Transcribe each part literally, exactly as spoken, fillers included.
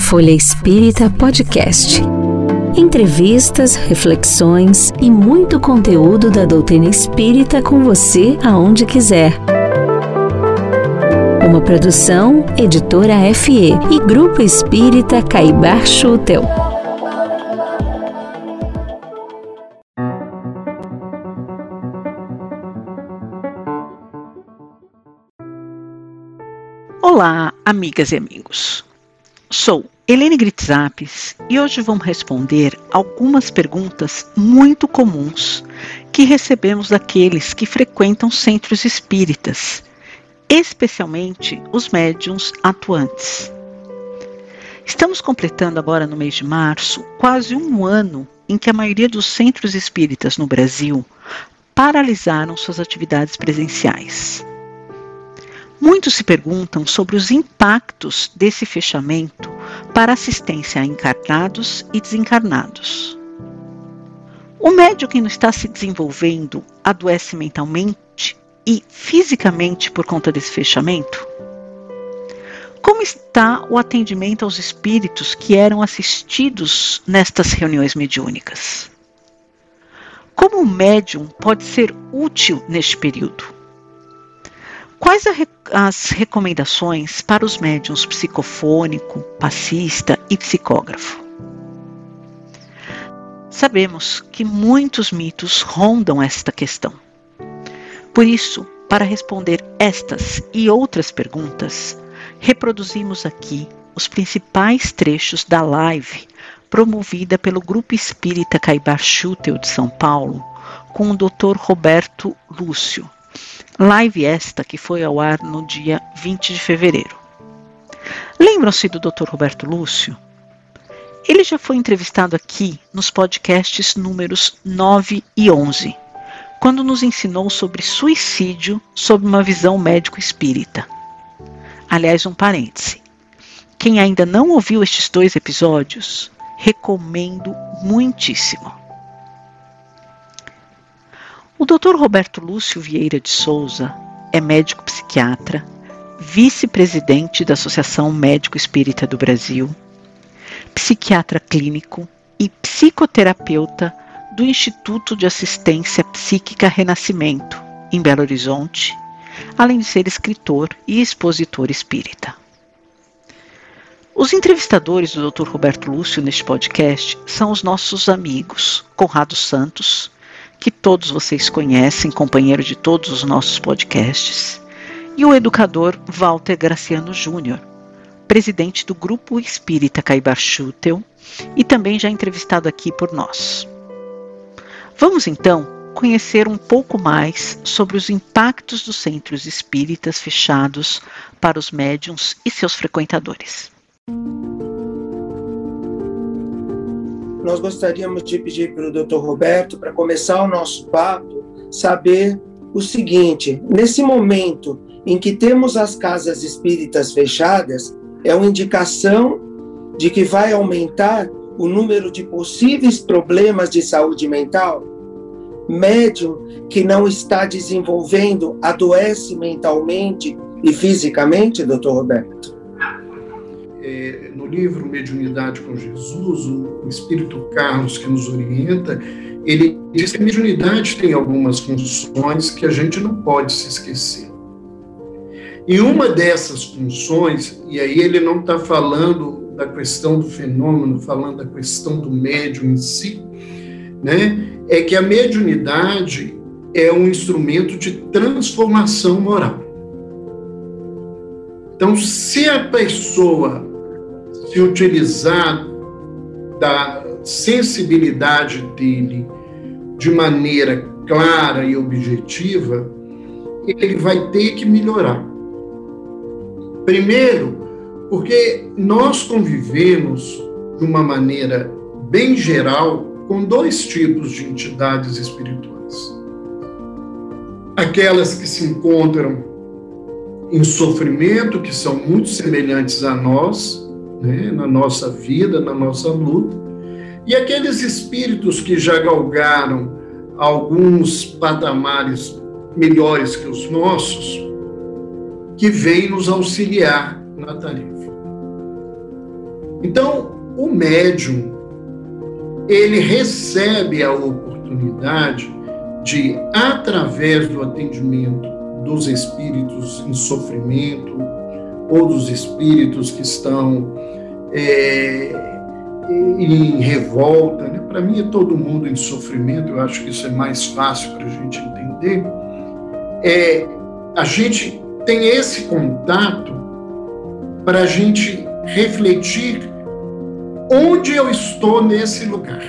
Folha Espírita Podcast. Entrevistas, reflexões e muito conteúdo da doutrina espírita com você aonde quiser. Uma produção, Editora F E e Grupo Espírita Caibar Schutel. Olá, amigas e amigos. Sou Helene Gritzapis e hoje vamos responder algumas perguntas muito comuns que recebemos daqueles que frequentam centros espíritas, especialmente os médiuns atuantes. Estamos completando agora no mês de março quase um ano em que a maioria dos centros espíritas no Brasil paralisaram suas atividades presenciais. Muitos se perguntam sobre os impactos desse fechamento para assistência a encarnados e desencarnados. O médium que não está se desenvolvendo adoece mentalmente e fisicamente por conta desse fechamento? Como está o atendimento aos espíritos que eram assistidos nestas reuniões mediúnicas? Como o médium pode ser útil neste período? Quais as recomendações para os médiuns psicofônico, passista e psicógrafo? Sabemos que muitos mitos rondam esta questão. Por isso, para responder estas e outras perguntas, reproduzimos aqui os principais trechos da live promovida pelo Grupo Espírita Caibar Schutel de São Paulo com o doutor Roberto Lúcio. Live esta que foi ao ar no dia vinte de fevereiro. Lembram-se do doutor Roberto Lúcio? Ele já foi entrevistado aqui nos podcasts números nove e onze, quando nos ensinou sobre suicídio sob uma visão médico-espírita. Aliás, um parêntese. Quem ainda não ouviu estes dois episódios, recomendo muitíssimo. O doutor Roberto Lúcio Vieira de Souza é médico psiquiatra, vice-presidente da Associação Médico Espírita do Brasil, psiquiatra clínico e psicoterapeuta do Instituto de Assistência Psíquica Renascimento, em Belo Horizonte, além de ser escritor e expositor espírita. Os entrevistadores do doutor Roberto Lúcio neste podcast são os nossos amigos Conrado Santos, que todos vocês conhecem, companheiro de todos os nossos podcasts, e o educador Walter Graciano Júnior, presidente do Grupo Espírita Caibar Schutel e também já entrevistado aqui por nós. Vamos então conhecer um pouco mais sobre os impactos dos centros espíritas fechados para os médiuns e seus frequentadores. Nós gostaríamos de pedir para o doutor Roberto, para começar o nosso papo, saber o seguinte: nesse momento em que temos as casas espíritas fechadas, é uma indicação de que vai aumentar o número de possíveis problemas de saúde mental? Médium que não está desenvolvendo adoece mentalmente e fisicamente, doutor Roberto? É, no livro Mediunidade com Jesus, o Espírito Carlos, que nos orienta, ele diz que a mediunidade tem algumas funções que a gente não pode se esquecer. E uma dessas funções, e aí ele não está falando da questão do fenômeno, falando da questão do médium em si, né, é que a mediunidade é um instrumento de transformação moral. Então, se a pessoa se utilizar da sensibilidade dele de maneira clara e objetiva, ele vai ter que melhorar. Primeiro, porque nós convivemos de uma maneira bem geral com dois tipos de entidades espirituais. Aquelas que se encontram em sofrimento, que são muito semelhantes a nós, né, na nossa vida, na nossa luta, e aqueles espíritos que já galgaram alguns patamares melhores que os nossos, que vêm nos auxiliar na tarefa. Então, o médium, ele recebe a oportunidade de, através do atendimento dos espíritos em sofrimento, ou dos espíritos que estão é, em revolta, né? Para mim é todo mundo em sofrimento, eu acho que isso é mais fácil para a gente entender. É, a gente tem esse contato para a gente refletir onde eu estou nesse lugar.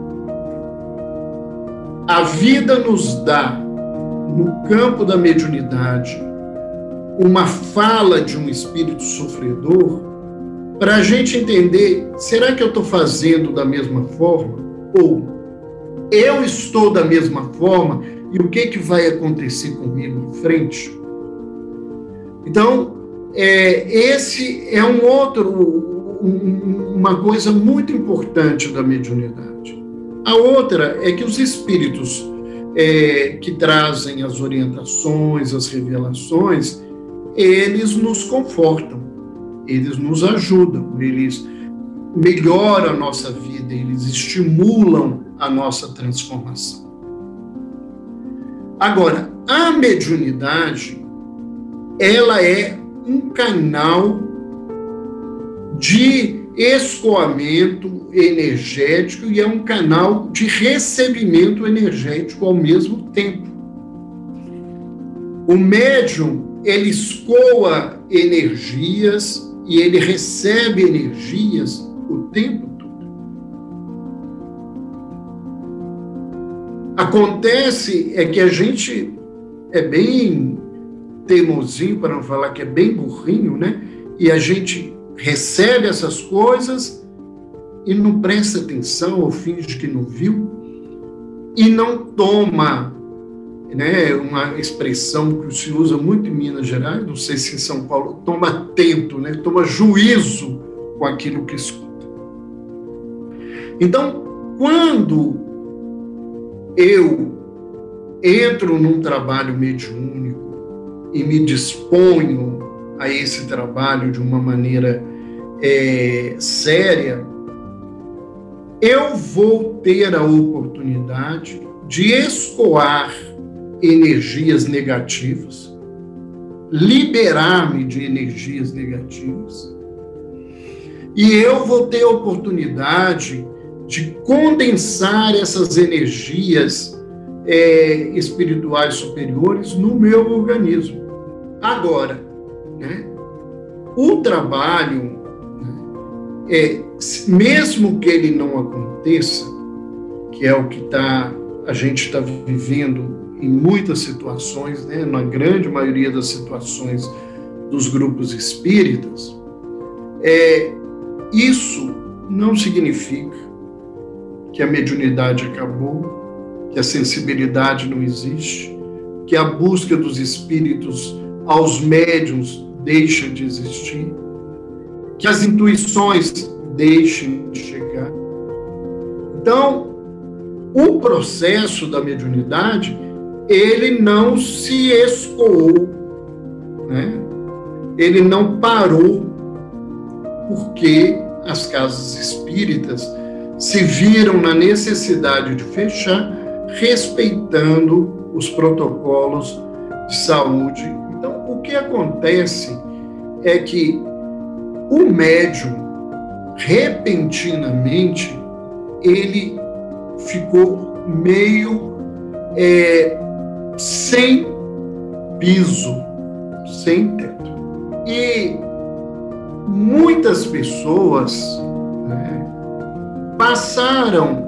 A vida nos dá, no campo da mediunidade, uma fala de um espírito sofredor para a gente entender, será que eu estou fazendo da mesma forma? Ou eu estou da mesma forma e o que, que vai acontecer comigo em frente? Então, é, esse é um outro, um, uma coisa muito importante da mediunidade. A outra é que os espíritos é, que trazem as orientações, as revelações, eles nos confortam, eles nos ajudam, eles melhoram a nossa vida, eles estimulam a nossa transformação. Agora, a mediunidade, ela é um canal de escoamento energético e é um canal de recebimento energético ao mesmo tempo. O médium, ele escoa energias e ele recebe energias o tempo todo. Acontece é que a gente é bem teimosinho, para não falar que é bem burrinho, né? E a gente recebe essas coisas e não presta atenção ou finge que não viu e não toma, né, uma expressão que se usa muito em Minas Gerais, não sei se em São Paulo, toma atento, né, toma juízo com aquilo que escuta. Então, quando eu entro num trabalho mediúnico e me disponho a esse trabalho de uma maneira é, séria, eu vou ter a oportunidade de escoar energias negativas, liberar-me de energias negativas, e eu vou ter a oportunidade de condensar essas energias é, espirituais superiores no meu organismo. Agora, né, o trabalho, né, é, mesmo que ele não aconteça, que é o que tá, a gente está vivendo em muitas situações, né, na grande maioria das situações dos grupos espíritas, é, isso não significa que a mediunidade acabou, que a sensibilidade não existe, que a busca dos espíritos aos médiuns deixa de existir, que as intuições deixem de chegar. Então, o processo da mediunidade, ele não se escoou, né? Ele não parou, porque as casas espíritas se viram na necessidade de fechar, respeitando os protocolos de saúde. Então, o que acontece é que o médium, repentinamente, ele ficou meio é, sem piso, sem teto. E muitas pessoas, né, passaram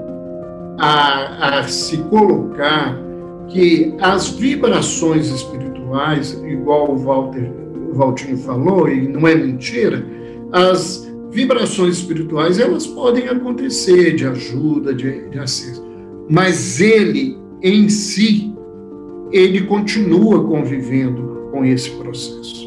a, a se colocar que as vibrações espirituais, igual o Walter, o Valtinho falou, e não é mentira, as vibrações espirituais, elas podem acontecer de ajuda, de, de acesso, mas ele, em si, ele continua convivendo com esse processo.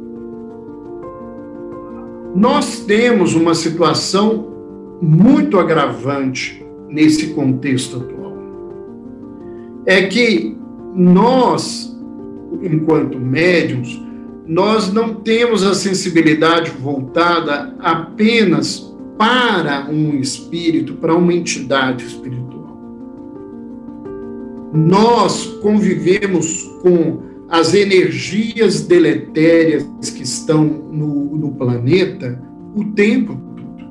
Nós temos uma situação muito agravante nesse contexto atual. É que nós, enquanto médiuns, nós não temos a sensibilidade voltada apenas para um espírito, para uma entidade espiritual. Nós convivemos com as energias deletérias que estão no, no planeta o tempo todo.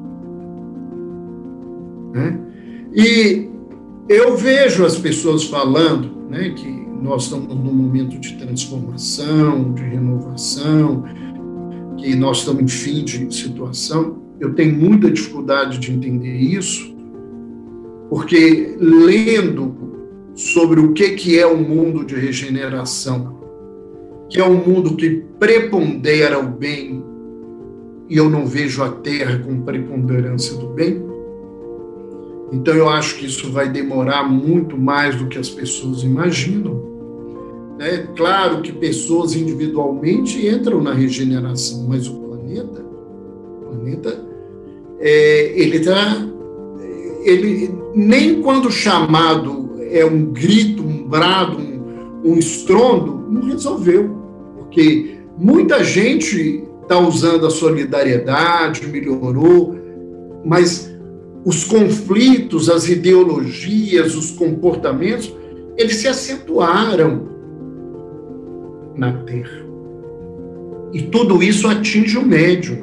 Né? E eu vejo as pessoas falando, né, que nós estamos num momento de transformação, de renovação, que nós estamos em fim de situação. Eu tenho muita dificuldade de entender isso, porque lendo sobre o que, que é o mundo de regeneração, que é um mundo que prepondera o bem, e eu não vejo a Terra com preponderância do bem, então eu acho que isso vai demorar muito mais do que as pessoas imaginam. É claro que pessoas individualmente entram na regeneração, mas o planeta, o planeta, é, ele está, ele nem quando chamado é um grito, um brado, um, um estrondo, não resolveu, porque muita gente está usando a solidariedade, melhorou, mas os conflitos, as ideologias, os comportamentos, eles se acentuaram na Terra. E tudo isso atinge o médium.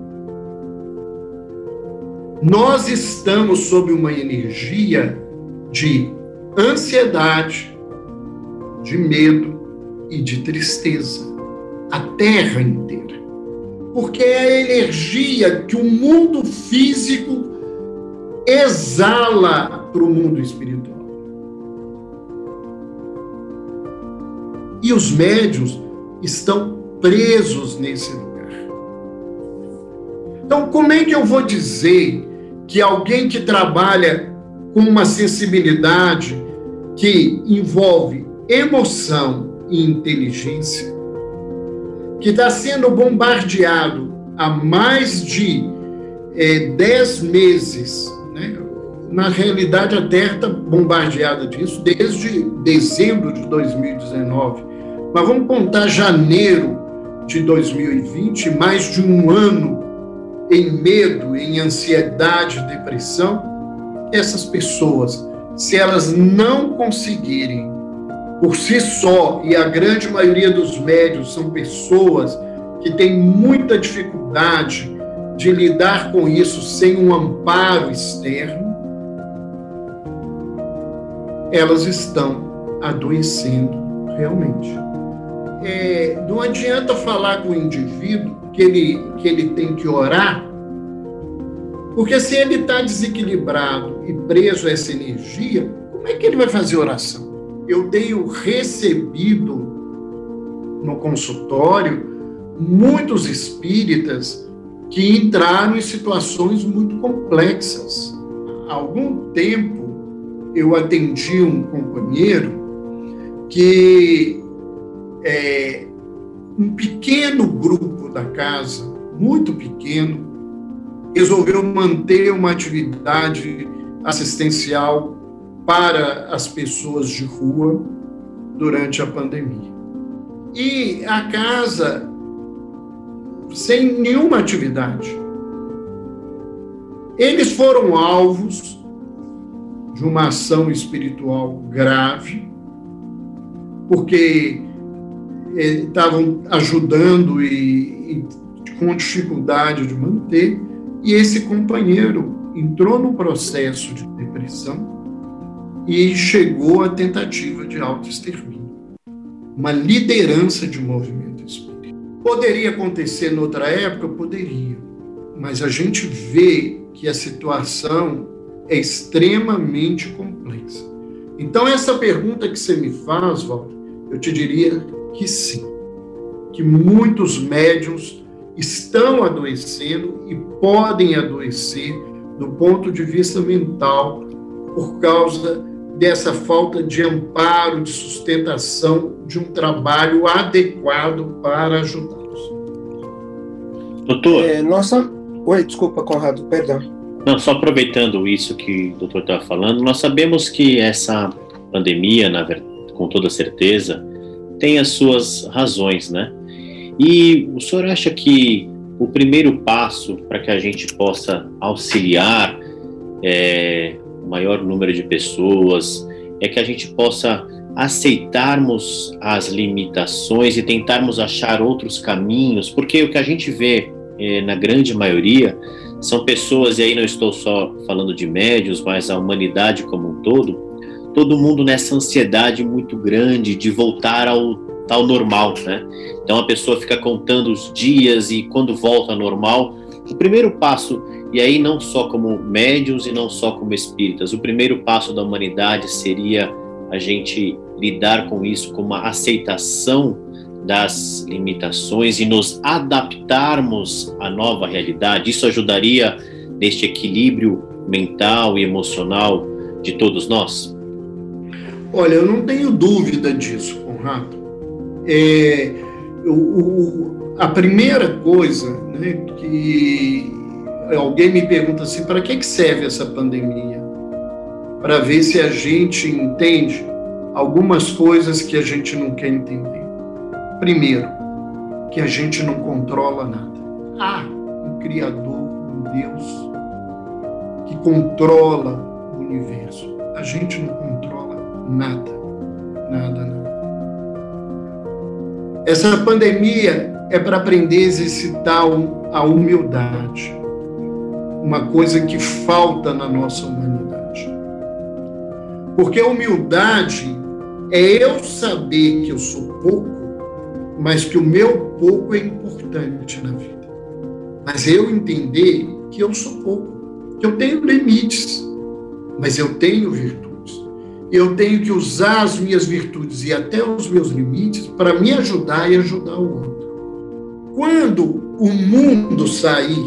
Nós estamos sob uma energia de ansiedade, de medo e de tristeza. A Terra inteira. Porque é a energia que o mundo físico exala para o mundo espiritual. E os médiuns estão presos nesse lugar. Então, como é que eu vou dizer que alguém que trabalha com uma sensibilidade que envolve emoção e inteligência, que está sendo bombardeado há mais de é, dez meses, né? Na realidade, a Terra está bombardeada disso desde dezembro de dois mil e dezenove. Mas vamos contar janeiro de dois mil e vinte, mais de um ano em medo, em ansiedade, depressão. Essas pessoas, se elas não conseguirem por si só, e a grande maioria dos médiuns são pessoas que têm muita dificuldade de lidar com isso sem um amparo externo, elas estão adoecendo realmente. É, não adianta falar com o indivíduo que ele, que ele tem que orar, porque se ele está desequilibrado e preso a essa energia, como é que ele vai fazer oração? Eu tenho recebido no consultório muitos espíritas que entraram em situações muito complexas. Há algum tempo eu atendi um companheiro que é, um pequeno grupo da casa, muito pequeno, resolveu manter uma atividade assistencial para as pessoas de rua durante a pandemia. E a casa sem nenhuma atividade. Eles foram alvos de uma ação espiritual grave, porque estavam ajudando e, e com dificuldade de manter, e esse companheiro entrou no processo de depressão e chegou à tentativa de autoextermínio. Uma liderança de movimento espírita. Poderia acontecer noutra época? Poderia. Mas a gente vê que a situação é extremamente complexa. Então, essa pergunta que você me faz, Walter, eu te diria que sim. Que muitos médiuns estão adoecendo e podem adoecer do ponto de vista mental por causa dessa falta de amparo, de sustentação de um trabalho adequado para ajudá-los. Doutor? É, nossa... Oi, desculpa, Conrado, perdão. Não, só aproveitando isso que o doutor estava falando, nós sabemos que essa pandemia, na verdade, com toda certeza, tem as suas razões, né? E o senhor acha que o primeiro passo para que a gente possa auxiliar é, o maior número de pessoas é que a gente possa aceitarmos as limitações e tentarmos achar outros caminhos, porque o que a gente vê é, na grande maioria são pessoas, e aí não estou só falando de médiuns, mas a humanidade como um todo, todo mundo nessa ansiedade muito grande de voltar ao tal normal, né? Então a pessoa fica contando os dias e quando volta ao normal, o primeiro passo, e aí não só como médiuns e não só como espíritas, o primeiro passo da humanidade seria a gente lidar com isso, com uma aceitação das limitações e nos adaptarmos à nova realidade. Isso ajudaria neste equilíbrio mental e emocional de todos nós? Olha, eu não tenho dúvida disso, Conrado. É, o, o, a primeira coisa, né, que alguém me pergunta assim, para que, que serve essa pandemia? Para ver se a gente entende algumas coisas que a gente não quer entender. Primeiro, que a gente não controla nada. Há um Criador, um Deus, que controla o universo. A gente não controla nada, nada, nada. Essa pandemia é para aprender a exercitar a humildade, uma coisa que falta na nossa humanidade. Porque a humildade é eu saber que eu sou pouco, mas que o meu pouco é importante na vida. Mas eu entender que eu sou pouco, que eu tenho limites, mas eu tenho virtudes. Eu tenho que usar as minhas virtudes e até os meus limites para me ajudar e ajudar o outro. Quando o mundo sair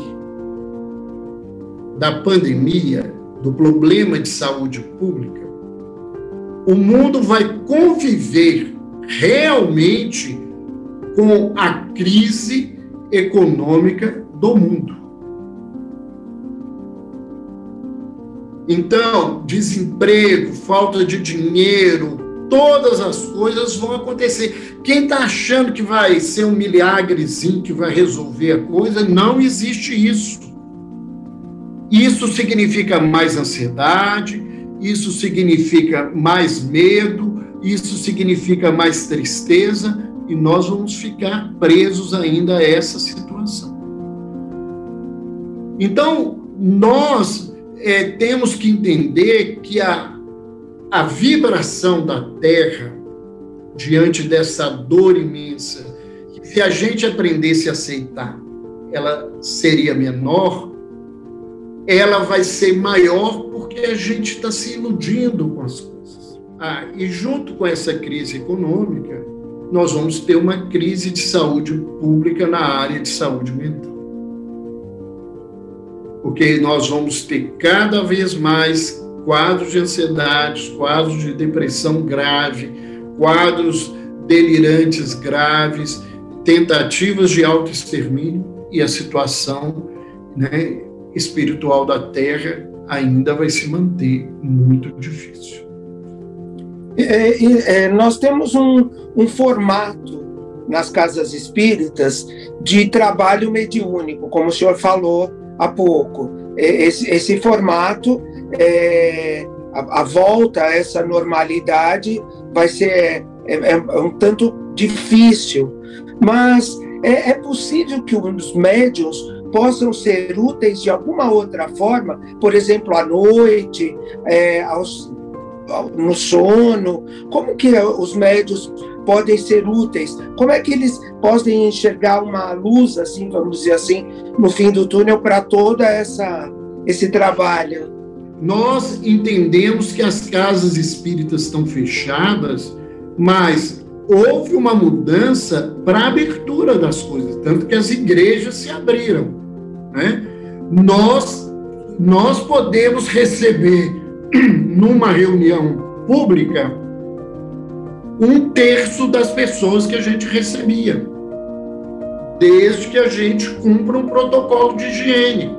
da pandemia, do problema de saúde pública, o mundo vai conviver realmente com a crise econômica do mundo. Então, desemprego, falta de dinheiro, todas as coisas vão acontecer. Quem está achando que vai ser um milagrezinho que vai resolver a coisa, não existe isso. Isso significa mais ansiedade, isso significa mais medo, isso significa mais tristeza, e nós vamos ficar presos ainda a essa situação. Então, nós é, temos que entender que a, a vibração da Terra, diante dessa dor imensa, se a gente aprendesse a aceitar, ela seria menor, ela vai ser maior porque a gente está se iludindo com as coisas. Ah, e junto com essa crise econômica, nós vamos ter uma crise de saúde pública na área de saúde mental. Porque nós vamos ter cada vez mais quadros de ansiedade, quadros de depressão grave, quadros delirantes graves, tentativas de autoextermínio, e a situação, né, espiritual da Terra ainda vai se manter muito difícil. É, é, nós temos um, um formato nas casas espíritas de trabalho mediúnico, como o senhor falou há pouco. Esse, esse formato, é, a, a volta a essa normalidade vai ser é, é um tanto difícil, mas é, é possível que os médiuns possam ser úteis de alguma outra forma, por exemplo, à noite, é, aos, no sono. Como que os médiuns podem ser úteis? Como é que eles podem enxergar uma luz, assim, vamos dizer assim, no fim do túnel para todo essa, esse trabalho? Nós entendemos que as casas espíritas estão fechadas, mas houve uma mudança para a abertura das coisas, tanto que as igrejas se abriram, né? Nós, nós podemos receber numa reunião pública um terço das pessoas que a gente recebia, desde que a gente cumpra um protocolo de higiene.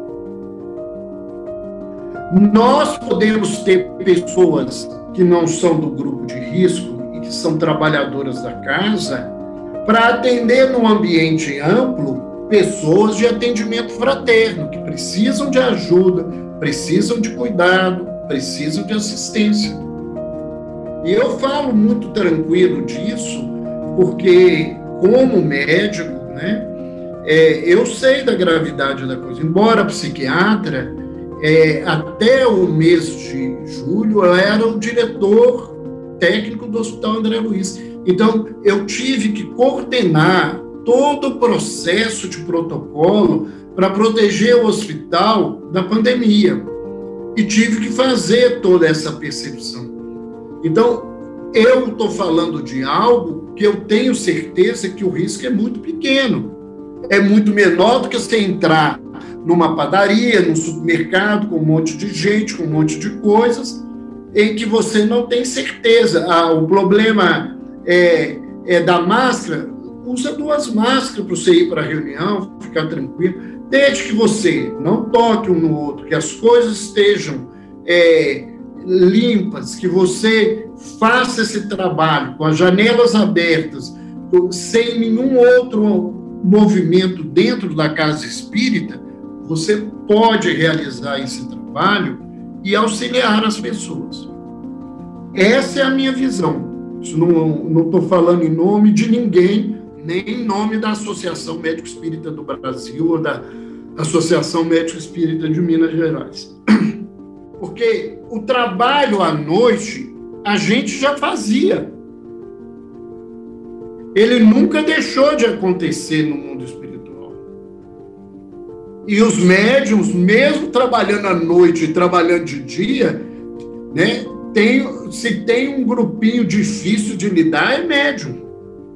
Nós podemos ter pessoas que não são do grupo de risco e que são trabalhadoras da casa para atender num ambiente amplo pessoas de atendimento fraterno, que precisam de ajuda, precisam de cuidado, precisam de assistência. E eu falo muito tranquilo disso, porque, como médico, né, é, eu sei da gravidade da coisa. Embora psiquiatra, é, até o mês de julho, eu era o diretor técnico do Hospital André Luiz. Então, eu tive que coordenar todo o processo de protocolo para proteger o hospital da pandemia. E tive que fazer toda essa percepção. Então, eu estou falando de algo que eu tenho certeza que o risco é muito pequeno. É muito menor do que você entrar numa padaria, num supermercado, com um monte de gente, com um monte de coisas, em que você não tem certeza. Ah, o problema é, é da máscara. Usa duas máscaras para você ir para a reunião, ficar tranquilo. Desde que você não toque um no outro, que as coisas estejam é, limpas, que você faça esse trabalho com as janelas abertas, sem nenhum outro movimento dentro da casa espírita, você pode realizar esse trabalho e auxiliar as pessoas. Essa é a minha visão. Isso não estou falando em nome de ninguém, nem em nome da Associação Médico Espírita do Brasil ou da Associação Médico Espírita de Minas Gerais. Porque o trabalho à noite a gente já fazia. Ele nunca deixou de acontecer no mundo espiritual. E os médiuns, mesmo trabalhando à noite e trabalhando de dia, né, tem, se tem um grupinho difícil de lidar, é médium.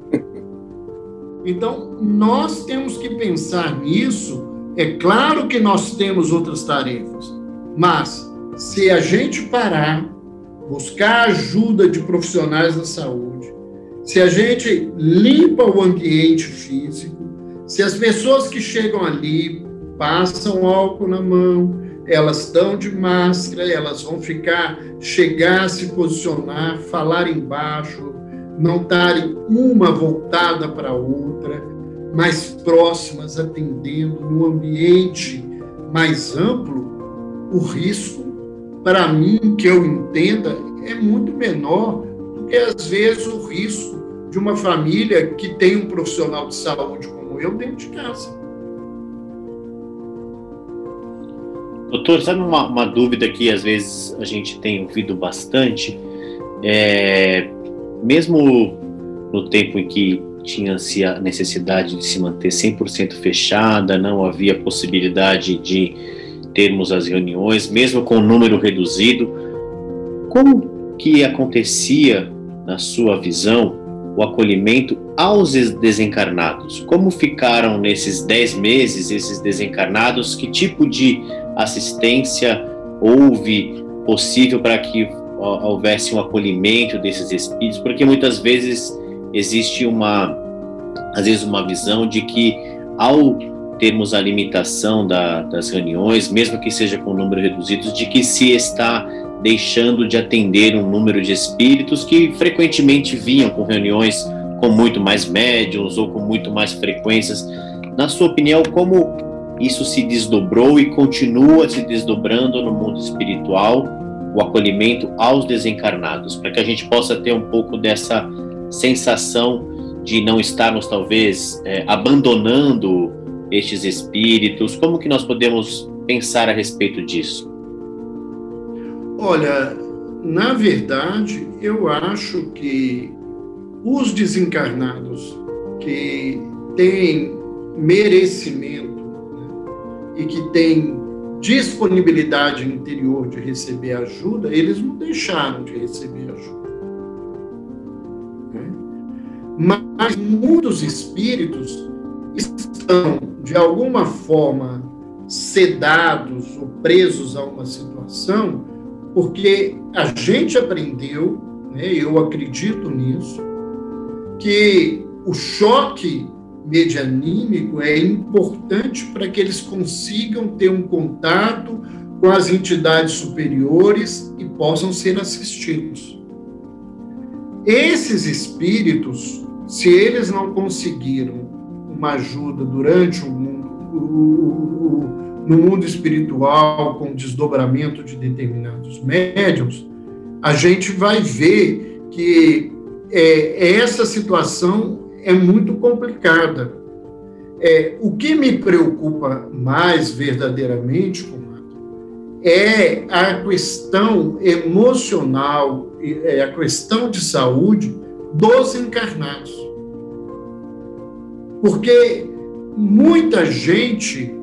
Então, nós temos que pensar nisso. É claro que nós temos outras tarefas, mas se a gente parar, buscar ajuda de profissionais da saúde, se a gente limpa o ambiente físico, se as pessoas que chegam ali passam álcool na mão, elas estão de máscara, elas vão ficar, chegar, se posicionar, falar embaixo, não estarem uma voltada para a outra, mais próximas, atendendo no ambiente mais amplo, o risco, para mim, que eu entenda, é muito menor do que, às vezes, o risco de uma família que tem um profissional de saúde como eu dentro de casa. Doutor, sabe uma, uma dúvida que, às vezes, a gente tem ouvido bastante? É, mesmo no tempo em que tinha-se a necessidade de se manter cem por cento fechada, não havia possibilidade de termos as reuniões, mesmo com o número reduzido, como que acontecia, na sua visão, o acolhimento aos desencarnados? Como ficaram nesses dez meses esses desencarnados? Que tipo de assistência houve possível para que houvesse um acolhimento desses espíritos? Porque muitas vezes existe uma, às vezes uma visão de que ao termos a limitação da, das reuniões, mesmo que seja com número reduzido, de que se está deixando de atender um número de espíritos que frequentemente vinham com reuniões com muito mais médiuns ou com muito mais frequências. Na sua opinião, como isso se desdobrou e continua se desdobrando no mundo espiritual, o acolhimento aos desencarnados, para que a gente possa ter um pouco dessa sensação de não estarmos, talvez, é, abandonando estes espíritos? Como que nós podemos pensar a respeito disso? Olha, na verdade, eu acho que os desencarnados que têm merecimento, né, e que têm disponibilidade interior de receber ajuda, eles não deixaram de receber ajuda. Né? Mas muitos espíritos estão, de alguma forma, sedados ou presos a uma situação, porque a gente aprendeu, né, eu acredito nisso, que o choque medianímico é importante para que eles consigam ter um contato com as entidades superiores e possam ser assistidos. Esses espíritos, se eles não conseguiram uma ajuda durante o mundo, o, o, no mundo espiritual, com desdobramento de determinados médiuns, a gente vai ver que é, essa situação é muito complicada. É, o que me preocupa mais verdadeiramente, é a questão emocional, é a questão de saúde dos encarnados. Porque muita gente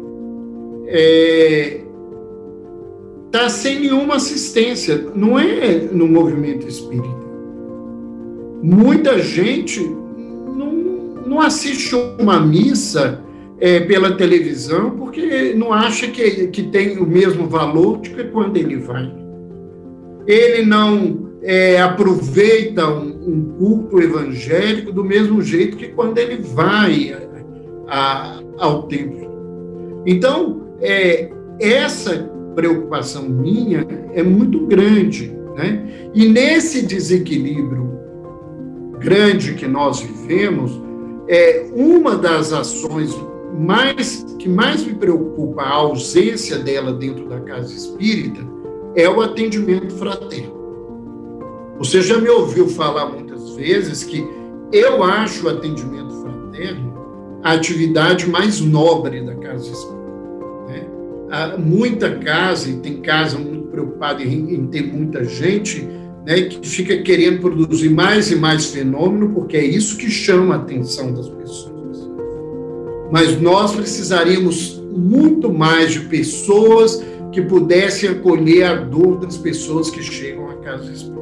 está é, sem nenhuma assistência, não é no movimento espírita. Muita gente não, não assiste uma missa É, pela televisão, porque não acha que, que tem o mesmo valor do que quando ele vai. Ele não é, aproveita um, um culto evangélico do mesmo jeito que quando ele vai a, a, ao templo. Então, é, essa preocupação minha é muito grande, né? E nesse desequilíbrio grande que nós vivemos, é, uma das ações mais, que mais me preocupa a ausência dela dentro da casa espírita é o atendimento fraterno. Você já me ouviu falar muitas vezes que eu acho o atendimento fraterno a atividade mais nobre da casa espírita, né? Há muita casa, e tem casa muito preocupada em, em ter muita gente, né, que fica querendo produzir mais e mais fenômeno, porque é isso que chama a atenção das pessoas. Mas nós precisaríamos muito mais de pessoas que pudessem acolher a dor das pessoas que chegam à casa espírita.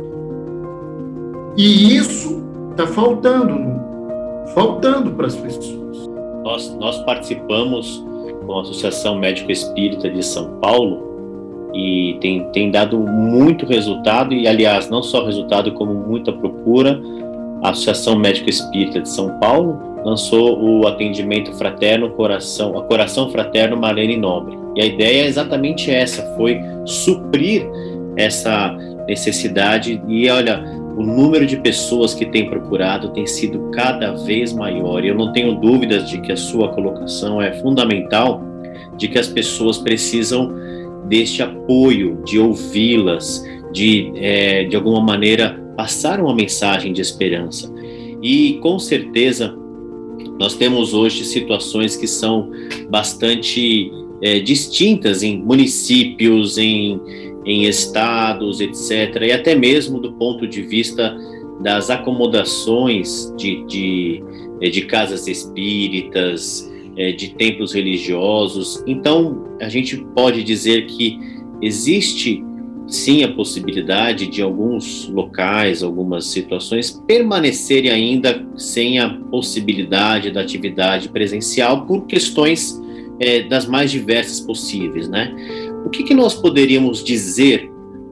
E isso está faltando, não? Faltando para as pessoas. Nós, nós participamos com a Associação Médico Espírita de São Paulo e tem, tem dado muito resultado, e aliás, não só resultado, como muita procura. A Associação Médico Espírita de São Paulo lançou o atendimento fraterno Coração, a Coração Fraterno Marlene Nobre. E a ideia é exatamente essa, foi suprir essa necessidade. E olha, o número de pessoas que tem procurado tem sido cada vez maior. E eu não tenho dúvidas de que a sua colocação é fundamental, de que as pessoas precisam deste apoio, de ouvi-las, de, é, de alguma maneira, passar uma mensagem de esperança. E, com certeza, nós temos hoje situações que são bastante é, distintas em municípios, em, em estados, etcétera, e até mesmo do ponto de vista das acomodações de, de, de casas espíritas, de templos religiosos. Então, a gente pode dizer que existe sim a possibilidade de alguns locais, algumas situações permanecerem ainda sem a possibilidade da atividade presencial por questões é, das mais diversas possíveis, né? O que, que nós poderíamos dizer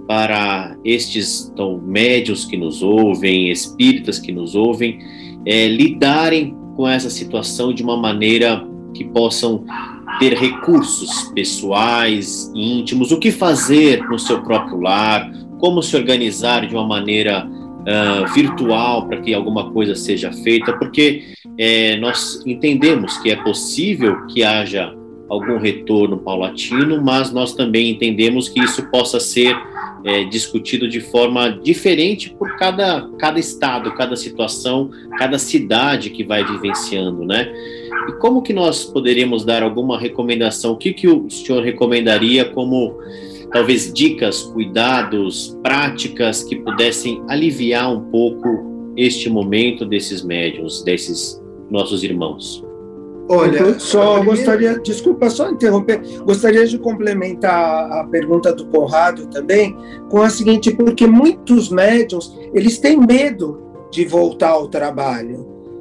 para estes então, médiuns que nos ouvem, espíritas que nos ouvem, é, lidarem com essa situação de uma maneira que possam ter recursos pessoais, íntimos, o que fazer no seu próprio lar, como se organizar de uma maneira uh, virtual para que alguma coisa seja feita, porque é, nós entendemos que é possível que haja algum retorno paulatino, mas nós também entendemos que isso possa ser é, discutido de forma diferente por cada, cada estado, cada situação, cada cidade que vai vivenciando, né? E como que nós poderíamos dar alguma recomendação? O que, que o senhor recomendaria como, talvez, dicas, cuidados, práticas que pudessem aliviar um pouco este momento desses médiuns, desses nossos irmãos? Olha, eu só gostaria, desculpa, só interromper, gostaria de complementar a pergunta do Conrado também, com a seguinte, porque muitos médiuns, eles têm medo de voltar ao trabalho,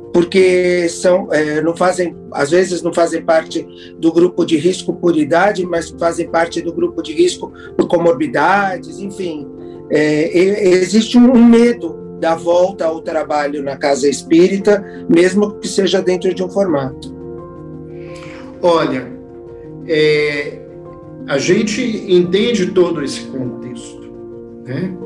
porque são, é, não fazem, às vezes não fazem parte do grupo de risco por idade, mas fazem parte do grupo de risco por comorbidades, enfim. É, existe um medo da volta ao trabalho na casa espírita, mesmo que seja dentro de um formato. Olha, é, a gente entende todo esse contexto, né?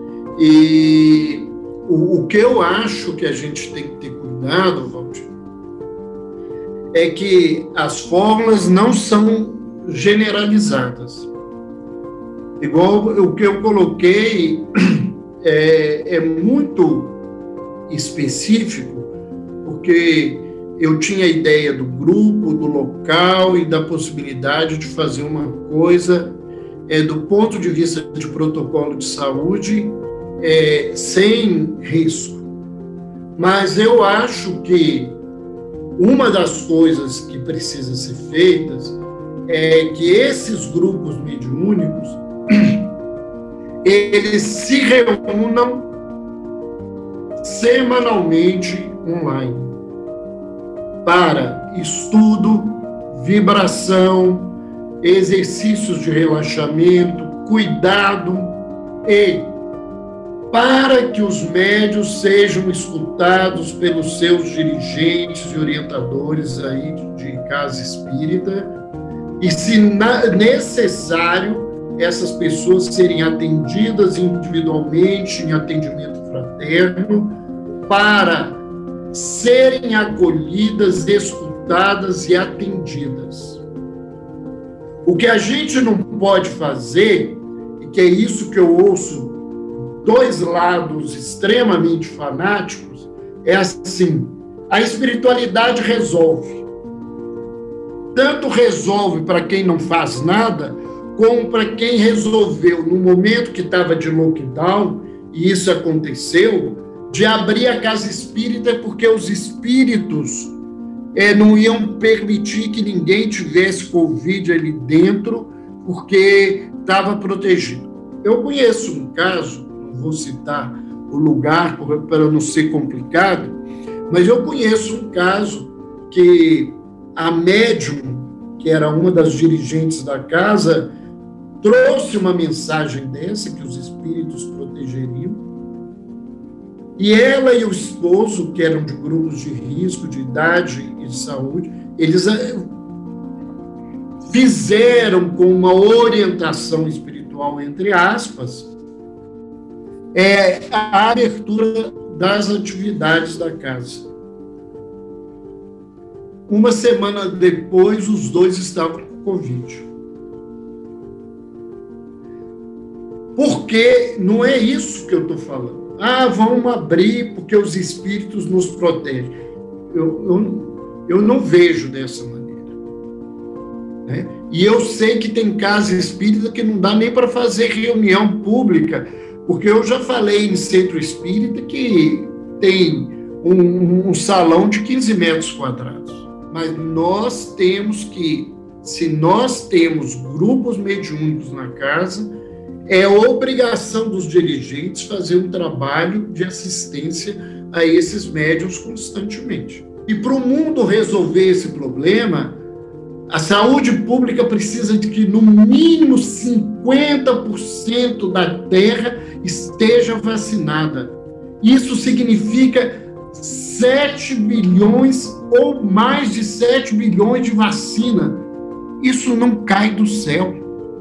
E o, o que eu acho que a gente tem que ter cuidado, Valdir, é que as fórmulas não são generalizadas. Igual o que eu coloquei é, é muito específico, porque eu tinha a ideia do grupo, do local e da possibilidade de fazer uma coisa é, do ponto de vista de protocolo de saúde é, sem risco. Mas eu acho que uma das coisas que precisa ser feitas é que esses grupos mediúnicos eles se reúnam semanalmente online para estudo, vibração, exercícios de relaxamento, cuidado e para que os médios sejam escutados pelos seus dirigentes e orientadores aí de casa espírita e, se necessário, essas pessoas serem atendidas individualmente em atendimento fraterno para serem acolhidas, escutadas e atendidas. O que a gente não pode fazer, e que é isso que eu ouço dois lados extremamente fanáticos, é assim: a espiritualidade resolve. Tanto resolve para quem não faz nada, como para quem resolveu, no momento que estava de lockdown, e isso aconteceu, de abrir a casa espírita, porque os espíritos é, não iam permitir que ninguém tivesse Covid ali dentro, porque estava protegido. Eu conheço um caso, não vou citar o lugar para não ser complicado, mas eu conheço um caso que a médium, que era uma das dirigentes da casa, trouxe uma mensagem dessa, que os espíritos protegeriam, e ela e o esposo, que eram de grupos de risco, de idade e de saúde, eles fizeram com uma orientação espiritual, entre aspas, é, a abertura das atividades da casa. Uma semana depois, os dois estavam com Covid. Porque não é isso que eu estou falando. Ah, vamos abrir porque os espíritos nos protegem. Eu, eu, eu não vejo dessa maneira. Né? E eu sei que tem casa espírita que não dá nem para fazer reunião pública, porque eu já falei em centro espírita que tem um, um salão de quinze metros quadrados. Mas nós temos que, se nós temos grupos mediúnicos na casa, é obrigação dos dirigentes fazer um trabalho de assistência a esses médiuns constantemente. E para o mundo resolver esse problema, a saúde pública precisa de que, no mínimo, cinquenta por cento da terra esteja vacinada. Isso significa sete bilhões ou mais de sete bilhões de vacina. Isso não cai do céu.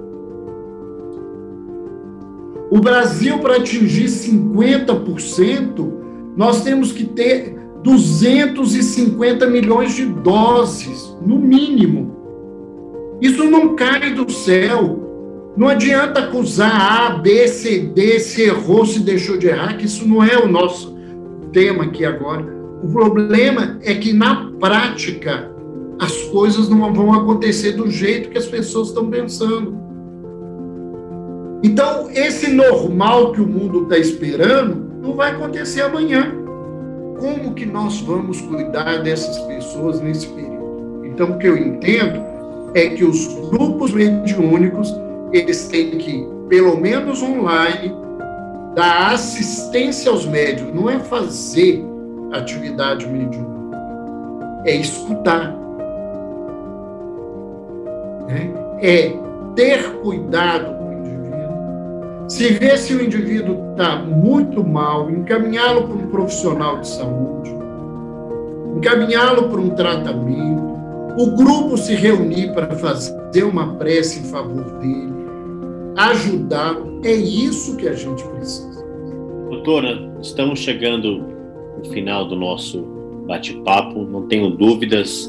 O Brasil, para atingir cinquenta por cento, nós temos que ter duzentos e cinquenta milhões de doses, no mínimo. Isso não cai do céu. Não adianta acusar A, B, C, D, se errou, se deixou de errar, que isso não é o nosso tema aqui agora. O problema é que, na prática, as coisas não vão acontecer do jeito que as pessoas estão pensando. Então, esse normal que o mundo está esperando não vai acontecer amanhã. Como que nós vamos cuidar dessas pessoas nesse período? Então, o que eu entendo é que os grupos mediúnicos, eles têm que, pelo menos online, dar assistência aos médiuns. Não é fazer atividade mediúnica, é escutar. Né? É ter cuidado. Se vê se o indivíduo está muito mal, encaminhá-lo para um profissional de saúde, encaminhá-lo para um tratamento, o grupo se reunir para fazer uma prece em favor dele, ajudá-lo. É isso que a gente precisa. Doutora, estamos chegando no final do nosso bate-papo, não tenho dúvidas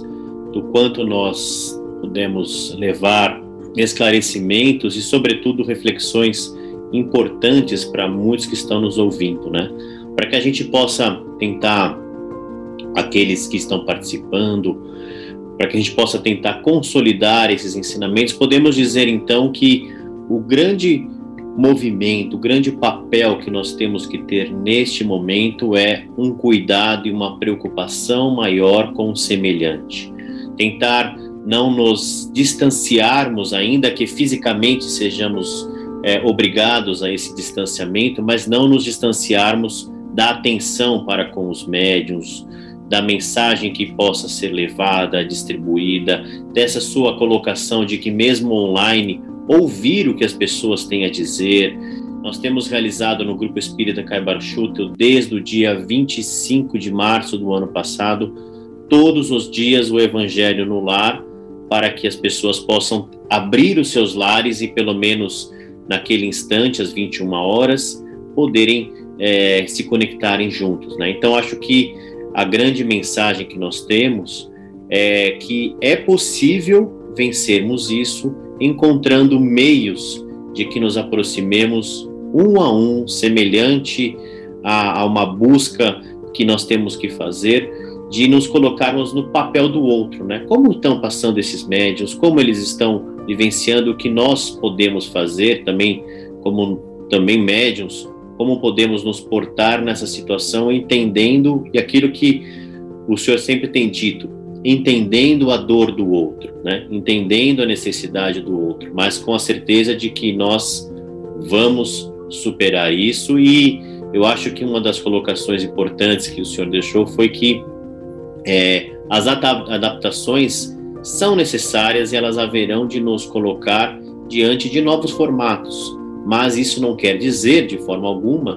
do quanto nós podemos levar esclarecimentos e, sobretudo, reflexões importantes para muitos que estão nos ouvindo, né? Para que a gente possa tentar, aqueles que estão participando, para que a gente possa tentar consolidar esses ensinamentos, podemos dizer então que o grande movimento, o grande papel que nós temos que ter neste momento é um cuidado e uma preocupação maior com o semelhante. Tentar não nos distanciarmos, ainda que fisicamente sejamos é, obrigados a esse distanciamento, mas não nos distanciarmos da atenção para com os médiuns, da mensagem que possa ser levada, distribuída, dessa sua colocação de que mesmo online, ouvir o que as pessoas têm a dizer. Nós temos realizado no Grupo Espírita Caibar Schutel, desde o dia vinte e cinco de março do ano passado, todos os dias o Evangelho no Lar, para que as pessoas possam abrir os seus lares e, pelo menos naquele instante, às vinte e uma horas, poderem é, se conectarem juntos, né? Então, acho que a grande mensagem que nós temos é que é possível vencermos isso encontrando meios de que nos aproximemos um a um, semelhante a, a uma busca que nós temos que fazer, de nos colocarmos no papel do outro, né? Como estão passando esses médiuns, como eles estão vivenciando, o que nós podemos fazer também, como também médiuns, como podemos nos portar nessa situação, entendendo, e aquilo que o Senhor sempre tem dito, entendendo a dor do outro, né? Entendendo a necessidade do outro, mas com a certeza de que nós vamos superar isso. E eu acho que uma das colocações importantes que o Senhor deixou foi que é, as adaptações são necessárias e elas haverão de nos colocar diante de novos formatos, mas isso não quer dizer, de forma alguma,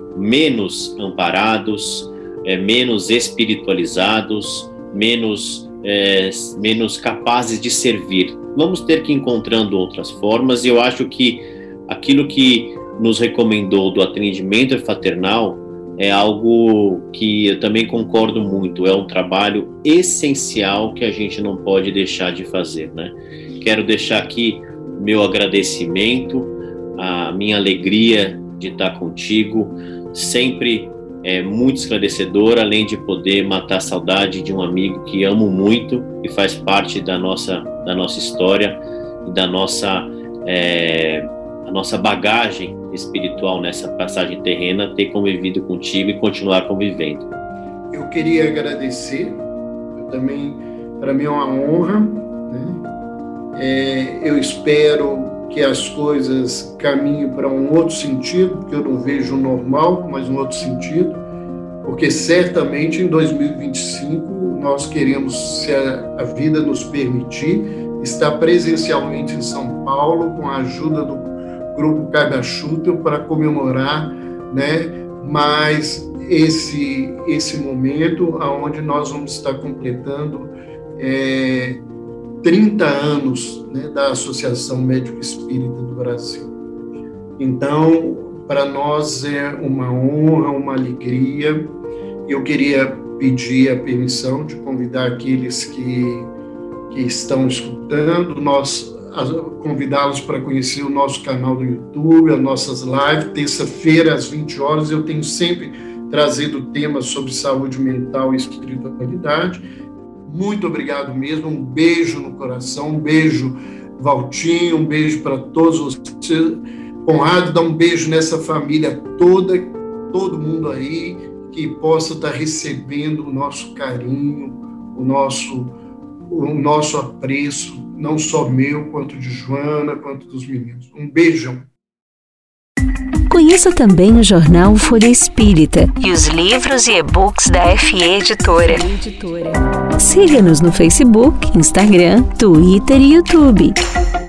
menos amparados, é, menos espiritualizados, menos, é, menos capazes de servir. Vamos ter que ir encontrando outras formas, e eu acho que aquilo que nos recomendou do atendimento fraternal é algo que eu também concordo muito, é um trabalho essencial que a gente não pode deixar de fazer, né? Quero deixar aqui meu agradecimento, a minha alegria de estar contigo, sempre é muito esclarecedor, além de poder matar a saudade de um amigo que amo muito e faz parte da nossa, da nossa história e da nossa, é, a nossa bagagem espiritual nessa passagem terrena, ter convivido contigo e continuar convivendo. Eu queria agradecer, eu também, para mim é uma honra, né? É, eu espero que as coisas caminhem para um outro sentido, porque eu não vejo o normal, mas um outro sentido, porque certamente em dois mil e vinte e cinco nós queremos, se a, a vida nos permitir, estar presencialmente em São Paulo com a ajuda do Grupo Caibar Schutel para comemorar, né, mais esse, esse momento onde nós vamos estar completando é, trinta anos, né, da Associação Médico Espírita do Brasil. Então, para nós é uma honra, uma alegria. Eu queria pedir a permissão de convidar aqueles que, que estão escutando, nós convidá-los para conhecer o nosso canal do YouTube, as nossas lives. Terça-feira, às vinte horas, eu tenho sempre trazido temas sobre saúde mental e espiritualidade. Muito obrigado mesmo, um beijo no coração, um beijo, Valtinho, um beijo para todos vocês. Conrado, dá um beijo nessa família toda, todo mundo aí, que possa estar recebendo o nosso carinho, o nosso, o nosso apreço, não só meu, quanto de Joana, quanto dos meninos. Um beijão. Conheça também o jornal Folha Espírita e os livros e e-books da F E Editora. Siga-nos no Facebook, Instagram, Twitter e YouTube.